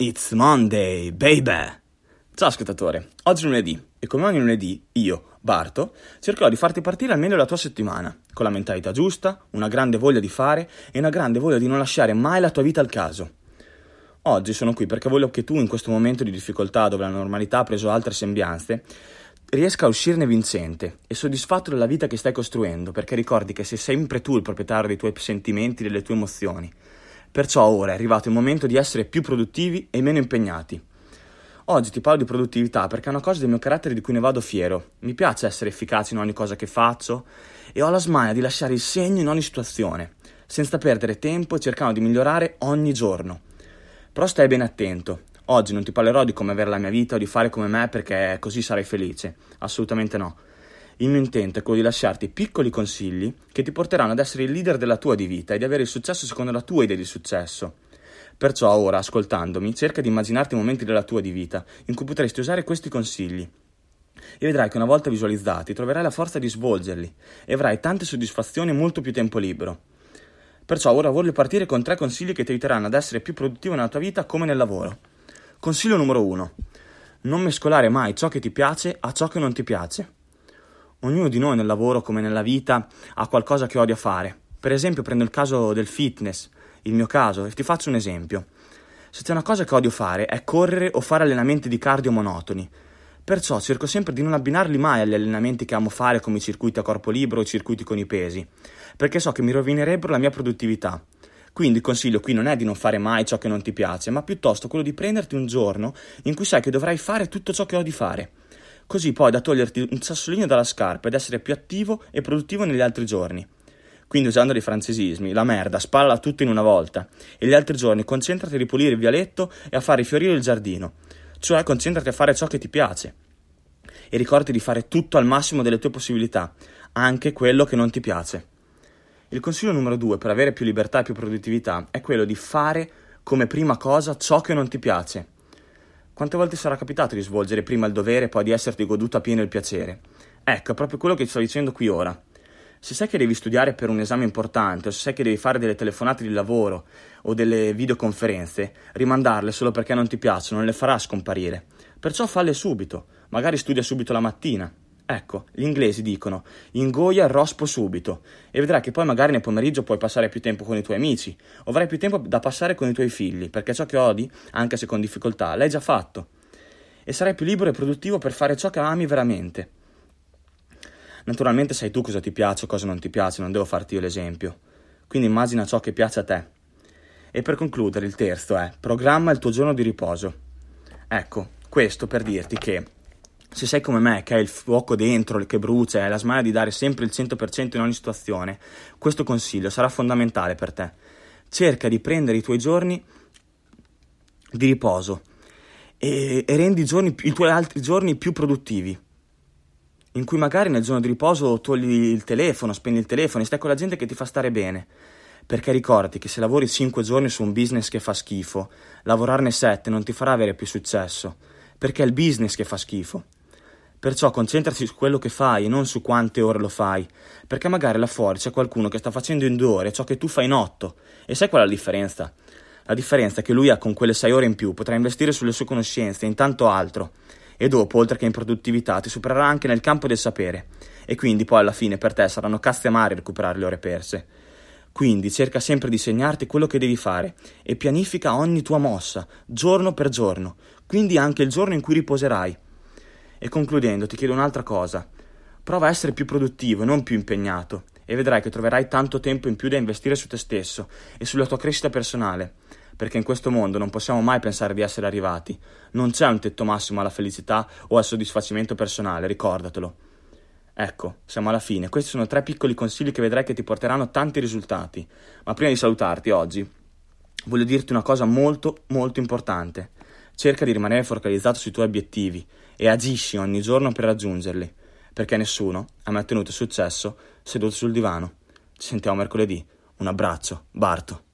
It's Monday, baby! Ciao ascoltatore, oggi è lunedì e come ogni lunedì io, Barto, cercherò di farti partire al meglio la tua settimana, con la mentalità giusta, una grande voglia di fare e una grande voglia di non lasciare mai la tua vita al caso. Oggi sono qui perché voglio che tu in questo momento di difficoltà dove la normalità ha preso altre sembianze riesca a uscirne vincente e soddisfatto della vita che stai costruendo, perché ricordi che sei sempre tu il proprietario dei tuoi sentimenti e delle tue emozioni. Perciò ora è arrivato il momento di essere più produttivi e meno impegnati. Oggi ti parlo di produttività perché è una cosa del mio carattere di cui ne vado fiero. Mi piace essere efficace in ogni cosa che faccio e ho la smania di lasciare il segno in ogni situazione, senza perdere tempo e cercando di migliorare ogni giorno. Però stai ben attento. Oggi non ti parlerò di come avere la mia vita o di fare come me perché così sarai felice. Assolutamente no. Il mio intento è quello di lasciarti piccoli consigli che ti porteranno ad essere il leader della tua di vita e di avere il successo secondo la tua idea di successo. Perciò ora, ascoltandomi, cerca di immaginarti momenti della tua di vita in cui potresti usare questi consigli. E vedrai che una volta visualizzati troverai la forza di svolgerli e avrai tante soddisfazioni e molto più tempo libero. Perciò ora voglio partire con 3 consigli che ti aiuteranno ad essere più produttivo nella tua vita come nel lavoro. Consiglio numero 1. Non mescolare mai ciò che ti piace a ciò che non ti piace. Ognuno di noi nel lavoro come nella vita ha qualcosa che odia fare. Per esempio prendo il caso del fitness, il mio caso, e ti faccio un esempio. Se c'è una cosa che odio fare è correre o fare allenamenti di cardio monotoni. Perciò cerco sempre di non abbinarli mai agli allenamenti che amo fare come i circuiti a corpo libero o i circuiti con i pesi, perché so che mi rovinerebbero la mia produttività. Quindi il consiglio qui non è di non fare mai ciò che non ti piace, ma piuttosto quello di prenderti un giorno in cui sai che dovrai fare tutto ciò che odi fare. Così poi da toglierti un sassolino dalla scarpa ed essere più attivo e produttivo negli altri giorni. Quindi usando dei francesismi, la merda spalla tutto in una volta e gli altri giorni concentrati a ripulire il vialetto e a fare fiorire il giardino. Cioè concentrati a fare ciò che ti piace. E ricordati di fare tutto al massimo delle tue possibilità, anche quello che non ti piace. Il consiglio numero 2 per avere più libertà e più produttività è quello di fare come prima cosa ciò che non ti piace. Quante volte sarà capitato di svolgere prima il dovere e poi di esserti goduto a pieno il piacere? Ecco, è proprio quello che ti sto dicendo qui ora. Se sai che devi studiare per un esame importante o se sai che devi fare delle telefonate di lavoro o delle videoconferenze, rimandarle solo perché non ti piacciono non le farà scomparire. Perciò falle subito, magari studia subito la mattina. Ecco, gli inglesi dicono ingoia il rospo subito e vedrai che poi magari nel pomeriggio puoi passare più tempo con i tuoi amici o avrai più tempo da passare con i tuoi figli perché ciò che odi, anche se con difficoltà, l'hai già fatto e sarai più libero e produttivo per fare ciò che ami veramente. Naturalmente sai tu cosa ti piace o cosa non ti piace, non devo farti io l'esempio, quindi immagina ciò che piace a te. E per concludere il terzo è programma il tuo giorno di riposo. Ecco, questo per dirti che se sei come me, che hai il fuoco dentro, che brucia e hai la smania di dare sempre il 100% in ogni situazione, questo consiglio sarà fondamentale per te. Cerca di prendere i tuoi giorni di riposo e rendi i tuoi altri giorni più produttivi, in cui magari nel giorno di riposo togli il telefono, spegni il telefono e stai con la gente che ti fa stare bene. Perché ricordati che se lavori 5 giorni su un business che fa schifo, lavorarne 7 non ti farà avere più successo, perché è il business che fa schifo. Perciò concentrati su quello che fai e non su quante ore lo fai, perché magari là fuori c'è qualcuno che sta facendo in 2 ore ciò che tu fai in 8. E sai qual è la differenza? La differenza è che lui con quelle 6 ore in più potrà investire sulle sue conoscenze e in tanto altro. E dopo, oltre che in produttività, ti supererà anche nel campo del sapere. E quindi poi alla fine per te saranno cazzi amari recuperare le ore perse. Quindi cerca sempre di segnarti quello che devi fare e pianifica ogni tua mossa, giorno per giorno, quindi anche il giorno in cui riposerai. E concludendo ti chiedo un'altra cosa. Prova a essere più produttivo e non più impegnato e vedrai che troverai tanto tempo in più da investire su te stesso e sulla tua crescita personale. Perché in questo mondo non possiamo mai pensare di essere arrivati. Non c'è un tetto massimo alla felicità o al soddisfacimento personale, ricordatelo. Ecco, siamo alla fine. Questi sono 3 piccoli consigli che vedrai che ti porteranno tanti risultati. Ma prima di salutarti oggi, voglio dirti una cosa molto, molto importante. Cerca di rimanere focalizzato sui tuoi obiettivi e agisci ogni giorno per raggiungerli, perché nessuno ha mai ottenuto successo seduto sul divano. Ci sentiamo mercoledì. Un abbraccio, Barto.